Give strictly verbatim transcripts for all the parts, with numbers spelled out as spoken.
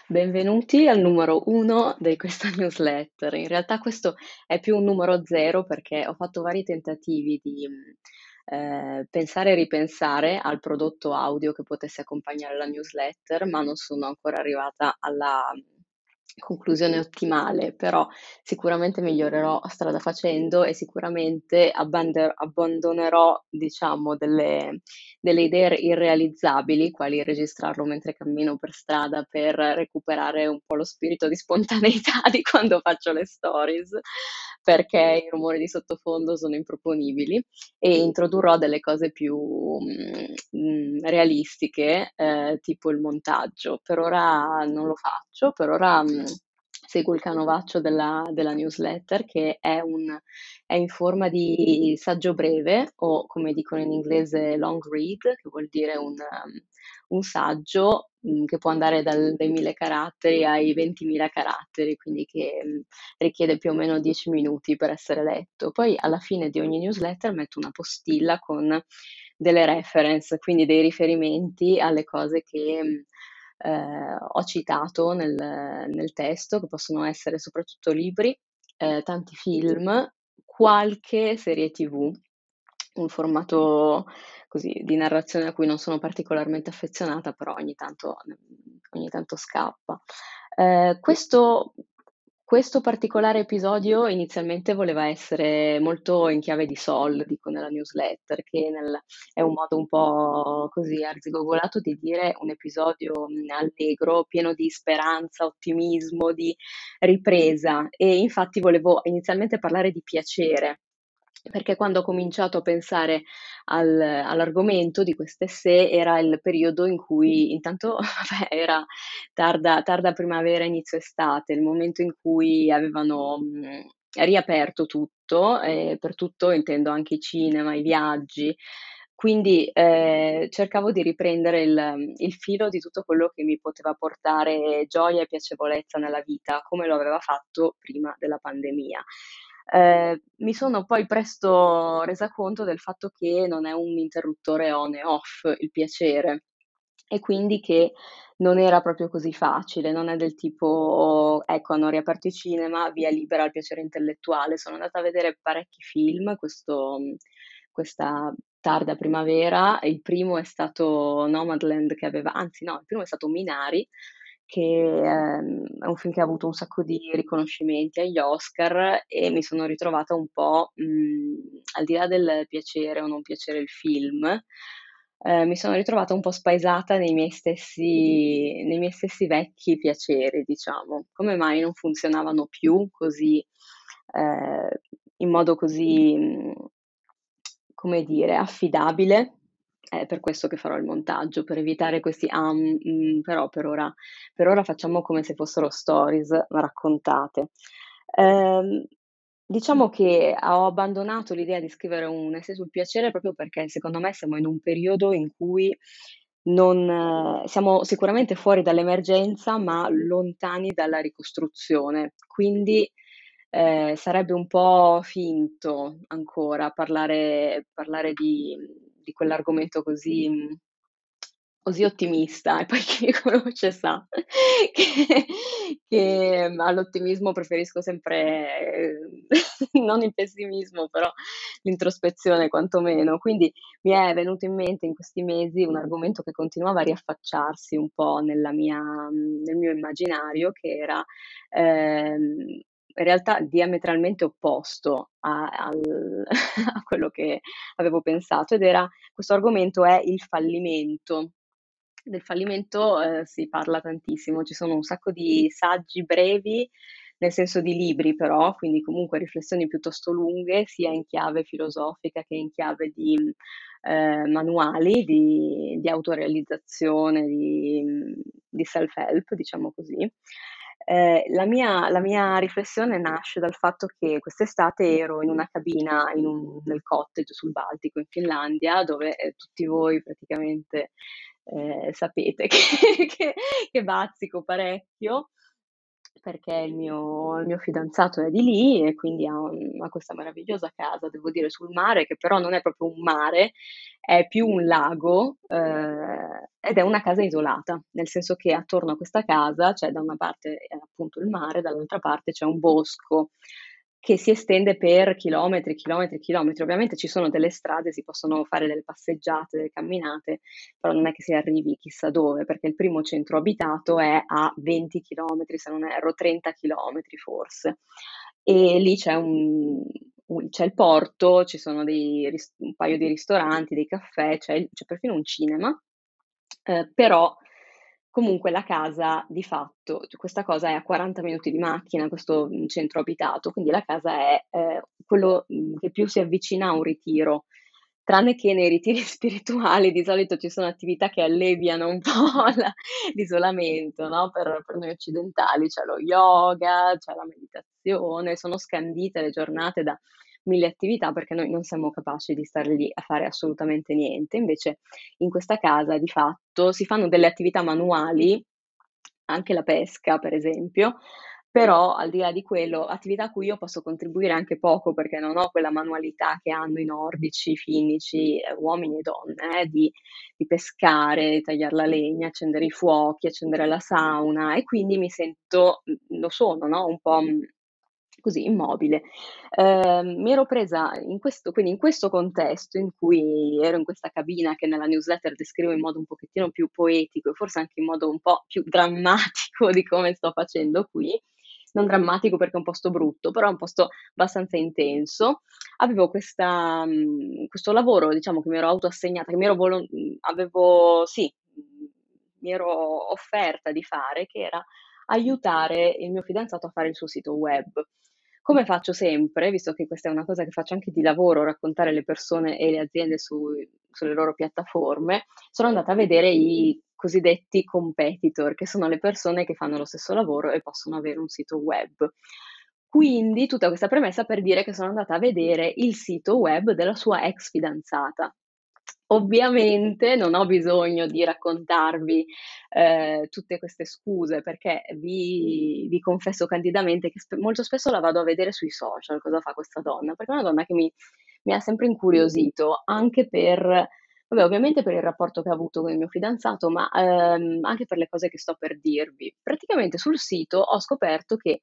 Benvenuti al numero uno di questa newsletter. In realtà questo è più un numero zero perché ho fatto vari tentativi di, mhmm, ehm, pensare e ripensare al prodotto audio che potesse accompagnare la newsletter, ma non sono ancora arrivata alla, mhmm, conclusione ottimale, però sicuramente migliorerò strada facendo e sicuramente abbande abbandonerò, diciamo, delle delle idee irrealizzabili, quali registrarlo mentre cammino per strada per recuperare un po' lo spirito di spontaneità di quando faccio le stories, perché i rumori di sottofondo sono improponibili e introdurrò delle cose più, mhmm, mhmm, realistiche, ehm, tipo il montaggio. Per ora non lo faccio, per ora, mhmm, seguo il canovaccio della della newsletter che è un è in forma di saggio breve o, come dicono in inglese, long read, che vuol dire un um, un saggio, mhmm, che può andare dal dai mille caratteri ai ventimila caratteri, quindi che, mhmm, richiede più o meno dieci minuti per essere letto. Poi alla fine di ogni newsletter metto una postilla con delle reference, quindi dei riferimenti alle cose che, mhmm, ehm, ho citato nel nel testo, che possono essere soprattutto libri, ehm, tanti film, qualche serie T V, un formato così di narrazione a cui non sono particolarmente affezionata, però ogni tanto mhmm, ogni tanto scappa. Ehm, questo questo particolare episodio inizialmente voleva essere molto in chiave di soul, dico nella newsletter, che nel è un modo un po' così arzigogolato di dire un episodio, mhmm, allegro, pieno di speranza, ottimismo, di ripresa e infatti volevo inizialmente parlare di piacere, perché quando ho cominciato a pensare al all'argomento di quest'essai era il periodo in cui intanto vabbè era tarda tarda primavera, inizio estate, il momento in cui avevano, mhmm, riaperto tutto, e per tutto intendo anche i cinema, i viaggi, quindi, ehm, cercavo di riprendere il il filo di tutto quello che mi poteva portare gioia e piacevolezza nella vita, come lo aveva fatto prima della pandemia. Ehm, mi sono poi presto resa conto del fatto che non è un interruttore on e off il piacere e quindi che non era proprio così facile, non è del tipo: "Ecco, hanno riaperto i cinema, via libera al piacere intellettuale." Sono andata a vedere parecchi film questo mhmm, questa tarda primavera. Il primo è stato Nomadland che aveva anzi no, il primo è stato Minari, che, ehm, è un film che ha avuto un sacco di riconoscimenti agli Oscar e mi sono ritrovata un po', mhmm, al di là del piacere o non piacere il film, ehm, mi sono ritrovata un po' spaesata nei miei stessi nei miei stessi vecchi piaceri, diciamo. Come mai non funzionavano più così, ehm, in modo così, mhmm, come dire, affidabile. È per questo che farò il montaggio, per evitare questi "ah, mh, mh", però per ora per ora facciamo come se fossero stories raccontate. Ehm, diciamo che ho abbandonato l'idea di scrivere un essay sul piacere proprio perché secondo me siamo in un periodo in cui non siamo sicuramente fuori dall'emergenza, ma lontani dalla ricostruzione. Quindi, ehm, sarebbe un po' finto ancora parlare parlare di di quell'argomento così mhmm, così ottimista e poi chi mi conosce sa che che mm, all'ottimismo preferisco sempre ehm, non il pessimismo, però l'introspezione quantomeno. Quindi mi è venuto in mente in questi mesi un argomento che continuava a riaffacciarsi un po' nella mia mhmm, nel mio immaginario che era, ehm, in realtà diametralmente opposto a al a quello che avevo pensato ed era questo argomento è il fallimento. Del fallimento, ehm, si parla tantissimo, ci sono un sacco di saggi brevi, nel senso di libri però, quindi comunque riflessioni piuttosto lunghe, sia in chiave filosofica che in chiave di, mhmm, ehm, manuali di di autorealizzazione, di mhmm, di self-help, diciamo così. Ehm, la mia la mia riflessione nasce dal fatto che quest'estate ero in una cabina in un nel cottage sul Baltico in Finlandia, dove, ehm, tutti voi praticamente, ehm, sapete che che che bazzico parecchio. perché il mio il mio fidanzato è di lì e quindi ha un ha questa meravigliosa casa, devo dire, sul mare, che però non è proprio un mare, è più un lago, ehm, ed è una casa isolata, nel senso che attorno a questa casa c'è da una parte, ehm, appunto il mare, dall'altra parte c'è un bosco che si estende per chilometri, chilometri, chilometri. Ovviamente ci sono delle strade, si possono fare delle passeggiate, delle camminate, però non è che si arrivi chissà dove, perché il primo centro abitato è a venti chilometri, se non erro, trenta chilometri forse. E lì c'è un un c'è il porto, ci sono dei ris un paio di ristoranti, dei caffè, c'è il c'è perfino un cinema, ehm, però comunque la casa di fatto c questa cosa è a quaranta minuti di macchina, questo, mhmm, centro abitato, quindi la casa è, ehm, quello, mhmm, che più si avvicina a un ritiro. Tranne che nei ritiri spirituali di solito ci sono attività che alleviano un po' la l'isolamento, no, per per noi occidentali, c'è lo yoga, c'è la meditazione, sono scandite le giornate da mille attività perché noi non siamo capaci di stare lì a fare assolutamente niente. Invece in questa casa di fatto si fanno delle attività manuali, anche la pesca per esempio, però al di là di quello, attività a cui io posso contribuire anche poco, perché non ho quella manualità che hanno i nordici, i finnici, ehm, uomini e donne, eh, di di pescare, tagliar la legna, accendere i fuochi, accendere la sauna e quindi mi sento mhmm, lo sono, no, un po', mhmm, così immobile. Ehm, mi ero presa in questo quindi in questo contesto in cui ero in questa cabina che nella newsletter descrivo in modo un pochettino più poetico e forse anche in modo un po' più drammatico di come sto facendo qui, non drammatico perché è un posto brutto, però è un posto abbastanza intenso. Avevo questa mhmm, questo lavoro diciamo che mi ero autoassegnata, che mi ero volon mhmm, avevo sì, mhmm, mi ero offerta di fare, che era aiutare il mio fidanzato a fare il suo sito web. Come faccio sempre, visto che questa è una cosa che faccio anche di lavoro, raccontare le persone e le aziende sui sulle loro piattaforme, sono andata a vedere i cosiddetti competitor, che sono le persone che fanno lo stesso lavoro e possono avere un sito web. Quindi tutta questa premessa per dire che sono andata a vedere il sito web della sua ex fidanzata. Ovviamente non ho bisogno di raccontarvi, ehm, tutte queste scuse perché vi vi confesso candidamente che sp molto spesso la vado a vedere sui social cosa fa questa donna, perché è una donna che mi mi ha sempre incuriosito, anche per vabbè, ovviamente per il rapporto che ha avuto con il mio fidanzato, ma, ehm, anche per le cose che sto per dirvi. Praticamente sul sito ho scoperto che,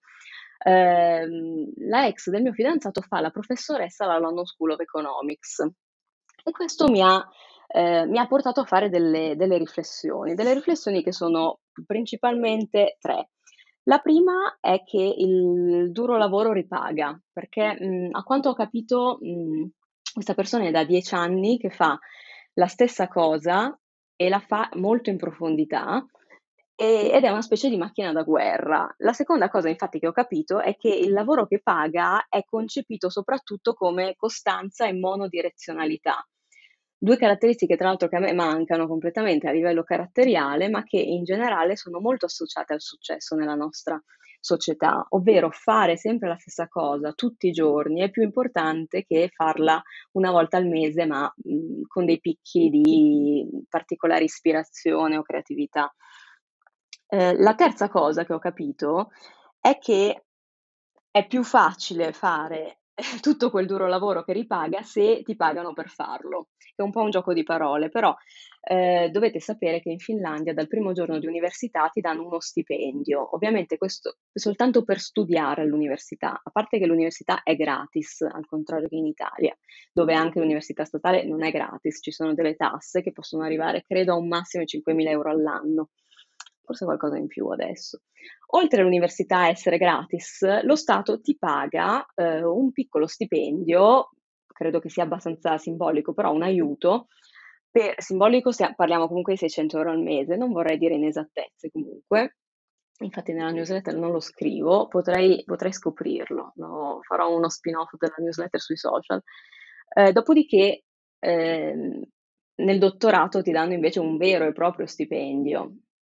ehm, la ex del mio fidanzato fa la professoressa alla London School of Economics e questo mi ha ehm, mi ha portato a fare delle delle riflessioni, delle riflessioni che sono principalmente tre. La prima è che il duro lavoro ripaga, perché, mhmm, a quanto ho capito, mhmm, questa persona è da dieci anni che fa la stessa cosa e la fa molto in profondità, ehm, ed è una specie di macchina da guerra. La seconda cosa infatti che ho capito è che il lavoro che paga è concepito soprattutto come costanza e monodirezionalità. due caratteristiche tra l'altro che a me mancano completamente a livello caratteriale, ma che in generale sono molto associate al successo nella nostra società, ovvero fare sempre la stessa cosa tutti i giorni è più importante che farla una volta al mese, ma, mhmm, con dei picchi di particolare ispirazione o creatività. Ehm, la terza cosa che ho capito è che è più facile fare tutto quel duro lavoro che ripaga se ti pagano per farlo, che è un po' un gioco di parole, però, ehm, dovete sapere che in Finlandia dal primo giorno di università ti danno uno stipendio. Ovviamente questo soltanto per studiare all'università, a parte che l'università è gratis, al contrario che in Italia, dove anche l'università statale non è gratis, ci sono delle tasse che possono arrivare credo a un massimo di cinquemila euro € all'anno, forse qualcosa in più adesso. Oltre all'università a essere gratis, lo Stato ti paga, ehm, un piccolo stipendio, credo che sia abbastanza simbolico, però un aiuto, pe simbolico stia parliamo comunque di seicento euro € al mese, non vorrei dire inesattezze comunque, infatti nella newsletter non lo scrivo, potrei potrei scoprirlo, lo farò uno spin-off della newsletter sui social. Ehm, dopodiché, ehm, nel dottorato ti danno invece un vero e proprio stipendio.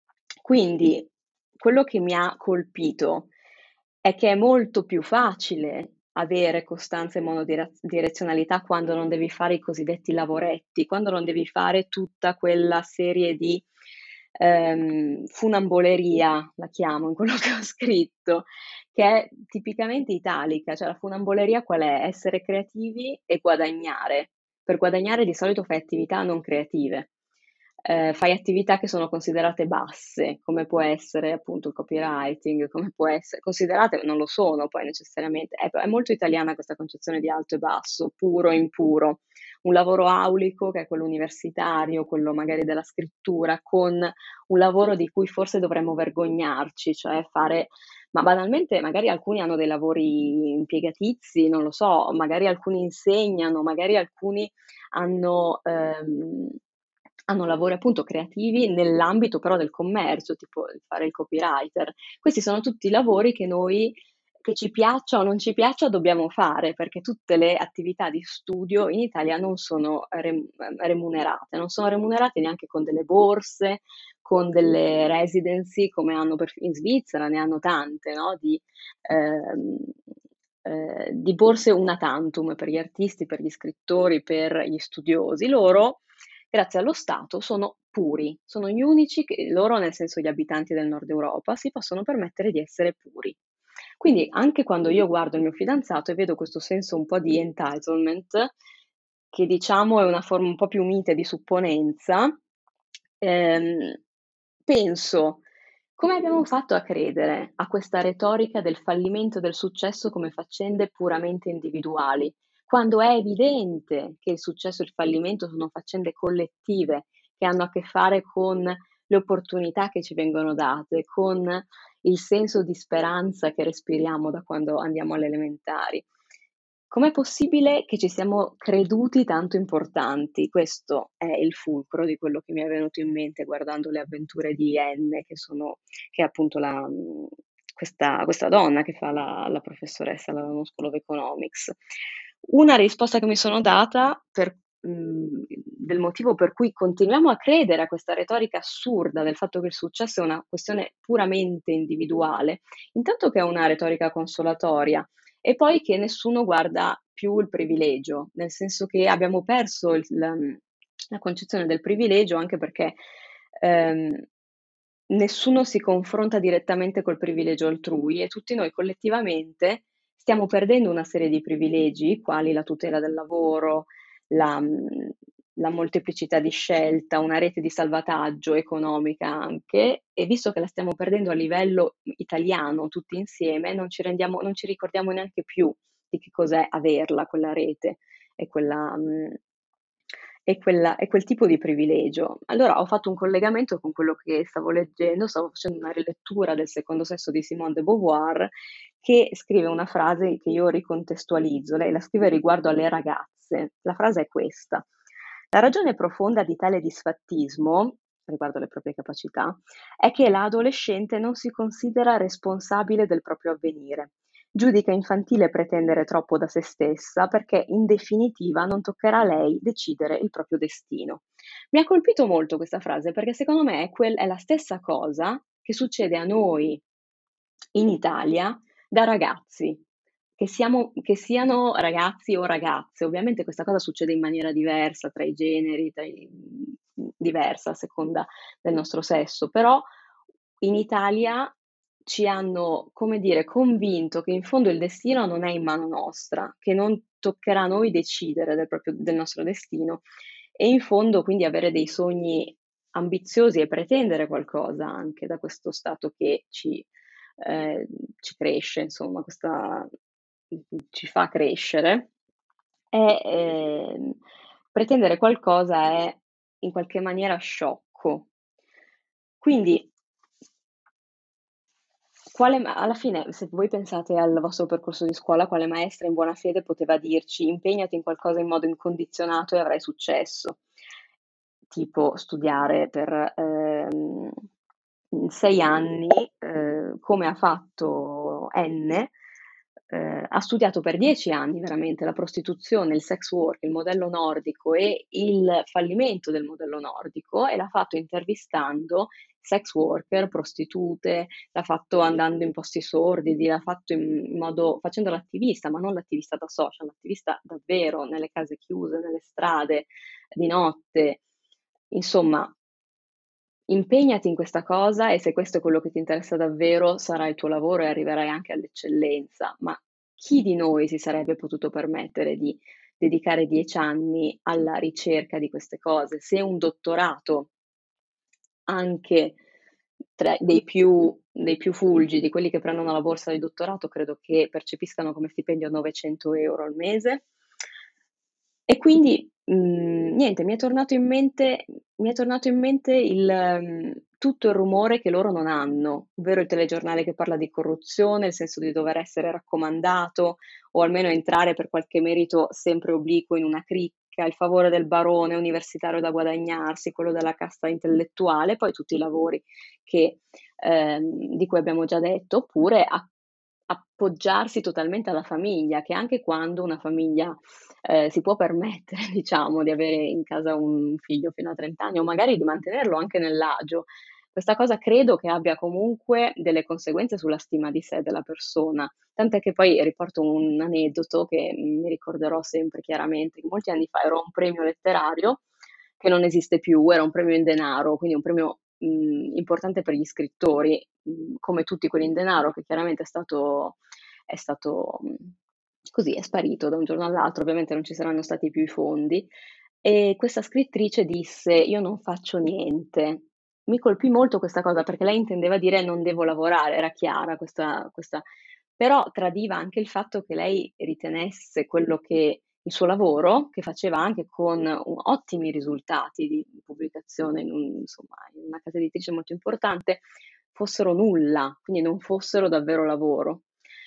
Quindi quello che mi ha colpito è che è molto più facile avere costanza e monodiraz direzionalità quando non devi fare i cosiddetti lavoretti, quando non devi fare tutta quella serie di ehm, funamboleria, la chiamo in quello che ho scritto, che è tipicamente italica. Cioè la funamboleria qual è? Essere creativi e guadagnare. Per guadagnare di solito fai attività non creative. Ehm, fai attività che sono considerate basse, come può essere appunto il copywriting, come può esse considerate non lo sono poi necessariamente. Ecco, è molto italiana questa concezione di alto e basso, puro e impuro. Un lavoro aulico, che è quello universitario, quello magari della scrittura, con un lavoro di cui forse dovremmo vergognarci, cioè fare ma banalmente magari alcuni hanno dei lavori impiegatizi, non lo so, magari alcuni insegnano, magari alcuni hanno, ehm, hanno lavori appunto creativi nell'ambito però del commercio, tipo il fare il copywriter. Questi sono tutti lavori che noi, che ci piaccia o non ci piaccia, dobbiamo fare, perché tutte le attività di studio in Italia non sono rem remunerate, non sono remunerate neanche con delle borse, con delle residency come hanno per in Svizzera, ne hanno tante, no, di ehm, ehm, di borse una tantum per gli artisti, per gli scrittori, per gli studiosi. Loro, grazie allo Stato, sono puri, sono gli unici che loro, nel senso gli abitanti del Nord Europa, si possono permettere di essere puri. Quindi anche quando io guardo il mio fidanzato e vedo questo senso un po' di entitlement, che diciamo è una forma un po' più mite di supponenza, ehm, penso: come abbiamo fatto a credere a questa retorica del fallimento e del successo come faccende puramente individuali, quando è evidente che il successo e il fallimento sono faccende collettive, che hanno a che fare con le opportunità che ci vengono date, con il senso di speranza che respiriamo da quando andiamo alle elementari. Com'è possibile che ci siamo creduti tanto importanti? Questo è il fulcro di quello che mi è venuto in mente guardando le avventure di N, che sono che è appunto la mhmm, questa questa donna che fa la la professoressa alla London School of Economics. Una risposta che mi sono data per mhmm, del motivo per cui continuiamo a credere a questa retorica assurda del fatto che il successo è una questione puramente individuale, intanto che è una retorica consolatoria e poi che nessuno guarda più il privilegio, nel senso che abbiamo perso il la mhmm, la concezione del privilegio anche perché, ehm, nessuno si confronta direttamente col privilegio altrui e tutti noi collettivamente stiamo perdendo una serie di privilegi, quali la tutela del lavoro, la mhmm, la molteplicità di scelta, una rete di salvataggio economica anche, e visto che la stiamo perdendo a livello italiano tutti insieme, non ci rendiamo non ci ricordiamo neanche più di che cos'è averla quella rete e quella mhmm, e quella e quel tipo di privilegio. Allora ho fatto un collegamento con quello che stavo leggendo, stavo facendo una rilettura del Secondo sesso di Simone de Beauvoir, che scrive una frase che io ricontestualizzo. Lei la scrive riguardo alle ragazze. La frase è questa: "La ragione profonda di tale disfattismo, riguardo alle proprie capacità, è che la adolescente non si considera responsabile del proprio avvenire. Giudica infantile pretendere troppo da se stessa perché in definitiva non toccherà a lei decidere il proprio destino." Mi ha colpito molto questa frase perché secondo me è quel è la stessa cosa che succede a noi in Italia da ragazzi, che siamo che siano ragazzi o ragazze. Ovviamente questa cosa succede in maniera diversa tra i generi, tra i mhmm, diversa a seconda del nostro sesso, però in Italia ci hanno, come dire, convinto che in fondo il destino non è in mano nostra, che non toccherà a noi decidere del proprio del nostro destino e in fondo quindi avere dei sogni ambiziosi e pretendere qualcosa anche da questo stato che ci ehm, ci cresce insomma, questa mh-mh, ci fa crescere, è ehm, pretendere qualcosa è in qualche maniera sciocco. Quindi quale ma alla fine, se voi pensate al vostro percorso di scuola, quale maestra in buona fede poteva dirci: "Impegnati in qualcosa in modo incondizionato e avrai successo." Tipo studiare per, ehm, mhmm, sei anni, ehm, come ha fatto N, ehm, ha studiato per dieci anni veramente la prostituzione, il sex work, il modello nordico e il fallimento del modello nordico e l'ha fatto intervistando sex worker, prostitute, l'ha fatto andando in posti sordidi, l'ha fatto in in modo facendo l'attivista, ma non l'attivista da social, l'attivista davvero nelle case chiuse, nelle strade, di notte. Insomma, impegnati in questa cosa e se questo è quello che ti interessa davvero, sarà il tuo lavoro e arriverai anche all'eccellenza. Ma chi di noi si sarebbe potuto permettere di dedicare dieci anni alla ricerca di queste cose? Se un dottorato, anche tra dei più dei più fulgidi, quelli che prendono la borsa di dottorato, credo che percepiscano come stipendio novecento euro € al mese. E quindi, mhmm, niente, mi è tornato in mente mi è tornato in mente il mhmm, tutto il rumore che loro non hanno, ovvero il telegiornale che parla di corruzione, il senso di dover essere raccomandato o almeno entrare per qualche merito sempre obliquo in una cricca, il favore del barone universitario da guadagnarsi, quello della casta intellettuale, poi tutti i lavori che ehm, di cui abbiamo già detto, oppure a appoggiarsi totalmente alla famiglia, che anche quando una famiglia ehm, si può permettere diciamo di avere in casa un figlio fino a trenta anni o magari di mantenerlo anche nell'agio. Questa cosa credo che abbia comunque delle conseguenze sulla stima di sé della persona, tant'è che poi riporto un aneddoto che mi ricorderò sempre chiaramente, che molti anni fa ero a un premio letterario che non esiste più, era un premio in denaro, quindi un premio, mhmm, importante per gli scrittori, mhmm, come tutti quelli in denaro che chiaramente è stato è stato, mhmm, così, è sparito da un giorno all'altro, ovviamente non ci saranno stati più i fondi. E questa scrittrice disse: "Io non faccio niente." Mi colpì molto questa cosa perché lei intendeva dire: "Non devo lavorare", era chiara questa questa però tradiva anche il fatto che lei ritenesse quello che il suo lavoro, che faceva anche con u ottimi risultati di pubblicazione in un insomma, in una casa editrice molto importante, fossero nulla, quindi non fossero davvero lavoro.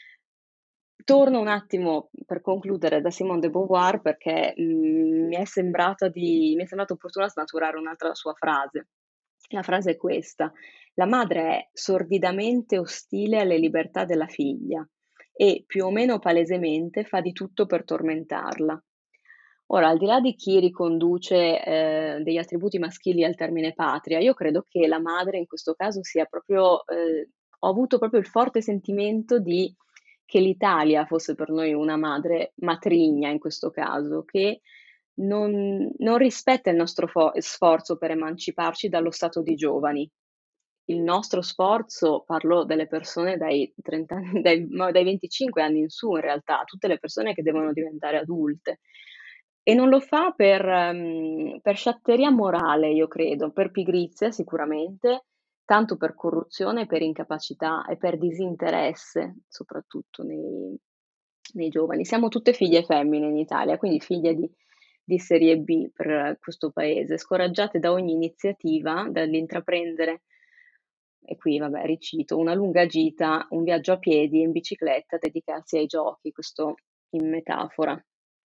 Torno un attimo, per concludere, da Simone de Beauvoir perché, mhmm, mi è sembrata di mi è sembrato opportuno snaturare un'altra sua frase. La frase è questa: "La madre è sordidamente ostile alle libertà della figlia e, più o meno palesemente, fa di tutto per tormentarla." Ora, al di là di chi riconduce, ehm, degli attributi maschili al termine patria, io credo che la madre in questo caso sia proprio ehm, ho avuto proprio il forte sentimento di che l'Italia fosse per noi una madre matrigna in questo caso, che non non rispetta il nostro fo sforzo per emanciparci dallo stato di giovani. Il nostro sforzo, parlo delle persone dai trenta anni dai ma dai venticinque anni in su in realtà, tutte le persone che devono diventare adulte. E non lo fa per mhmm, per sciatteria morale io credo, per pigrizia sicuramente, tanto per corruzione, per incapacità e per disinteresse, soprattutto nei nei giovani. Siamo tutte figlie femmine in Italia, quindi figlie di di serie B per questo paese, scoraggiate da ogni iniziativa, dall'intraprendere e qui vabbè ricito: "Una lunga gita, un viaggio a piedi, in bicicletta, dedicarsi ai giochi", questo in metafora.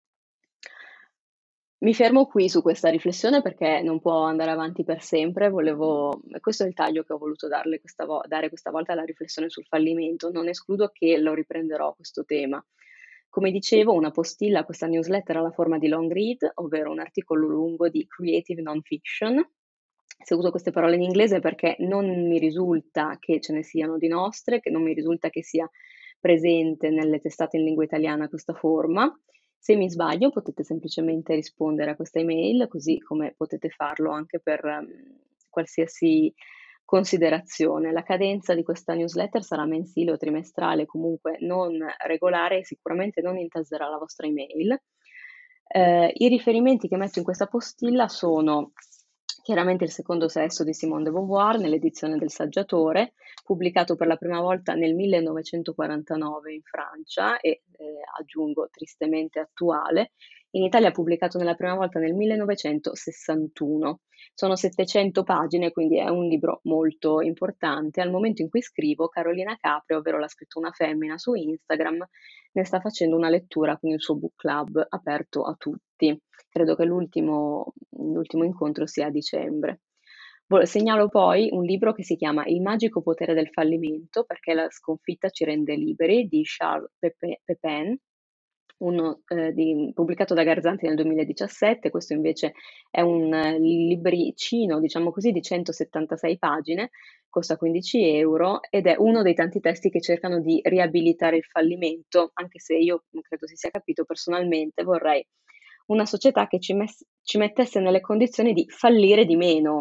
Mi fermo qui su questa riflessione perché non può andare avanti per sempre. Volevo e questo è il taglio che ho voluto darle questa vo dare questa volta alla riflessione sul fallimento. Non escludo che lo riprenderò questo tema. Come dicevo, una postilla a questa newsletter ha la forma di long read, ovvero un articolo lungo di creative non-fiction. Se uso queste parole in inglese perché non mi risulta che ce ne siano di nostre, che non mi risulta che sia presente nelle testate in lingua italiana questa forma. Se mi sbaglio potete semplicemente rispondere a questa email, così come potete farlo anche per, mhmm, qualsiasi considerazione. La cadenza di questa newsletter sarà mensile o trimestrale, comunque non regolare e sicuramente non intaserà la vostra email. Ehm, i riferimenti che metto in questa postilla sono chiaramente Il secondo sesso di Simone de Beauvoir nell'edizione del Saggiatore, pubblicato per la prima volta nel millenovecentoquarantanove in Francia e, ehm, aggiungo tristemente attuale, in Italia pubblicato nella prima volta nel millenovecentosessantuno. Sono settecento pagine, quindi è un libro molto importante. Al momento in cui scrivo, Carolina Capri, ovvero l'ha scritto una femmina su Instagram, ne sta facendo una lettura con il suo book club aperto a tutti. Credo che l'ultimo l'ultimo incontro sia a dicembre. Vo segnalo poi un libro che si chiama Il magico potere del fallimento, perché la sconfitta ci rende liberi di Charles Pepe Pepin, uno, ehm, di pubblicato da Garzanti nel duemiladiciassette. Questo invece è un eh, libricino, diciamo così, di centosettantasei pagine, costa quindici euro ed è uno dei tanti testi che cercano di riabilitare il fallimento, anche se io, mhmm, credo si sia capito, personalmente vorrei una società che ci mess ci mettesse nelle condizioni di fallire di meno,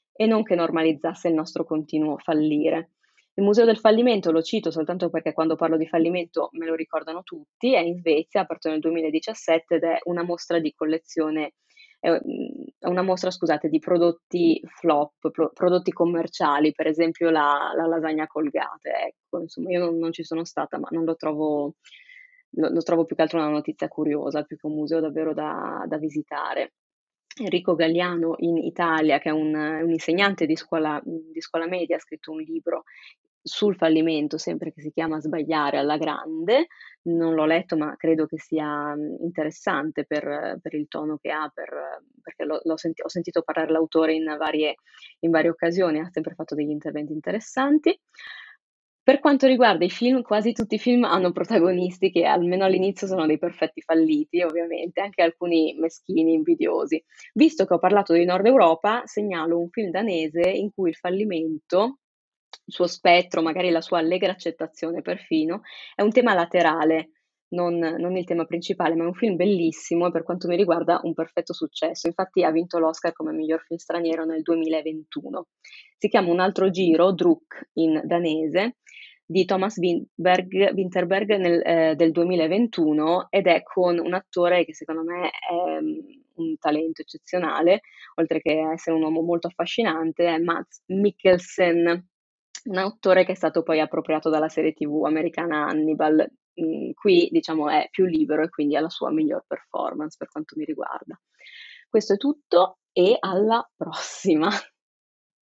e non che normalizzasse il nostro continuo fallire. Il Museo del Fallimento lo cito soltanto perché quando parlo di fallimento me lo ricordano tutti, è in Svezia, aperto nel duemiladiciassette ed è una mostra di collezione è mhmm, è una mostra, scusate, di prodotti flop, pro prodotti commerciali, per esempio la la lasagna Colgate, ecco. Insomma, io non non ci sono stata, ma non lo trovo lo lo trovo più che altro una notizia curiosa, più che un museo davvero da da visitare. Enrico Galliano in Italia, che è un un insegnante di scuola mhmm, di scuola media, ha scritto un libro sul fallimento, sempre, che si chiama "Sbagliare alla grande". Non l'ho letto, ma credo che sia, mhmm, interessante per per il tono che ha, per perché l'ho l'ho senti ho sentito parlare l'autore in varie in varie occasioni, ha sempre fatto degli interventi interessanti. Per quanto riguarda i film, quasi tutti i film hanno protagonisti che almeno all'inizio sono dei perfetti falliti, ovviamente, anche alcuni meschini, invidiosi. Visto che ho parlato di Nord Europa, segnalo un film danese in cui il fallimento, il suo spettro, magari la sua allegra accettazione perfino, è un tema laterale, non non il tema principale, ma è un film bellissimo e per quanto mi riguarda un perfetto successo. Infatti ha vinto l'Oscar come miglior film straniero nel duemilaventuno. Si chiama Un altro giro, Druk in danese, di Thomas Vinberg Vinterberg nel ehm, del duemilaventuno ed è con un attore che secondo me è, mhmm, un talento eccezionale, oltre che essere un uomo molto affascinante, è Mads Mikkelsen, un attore che è stato poi appropriato dalla serie T V americana Hannibal. Mhmm, qui diciamo è più libero e quindi ha la sua miglior performance per quanto mi riguarda. Questo è tutto e alla prossima.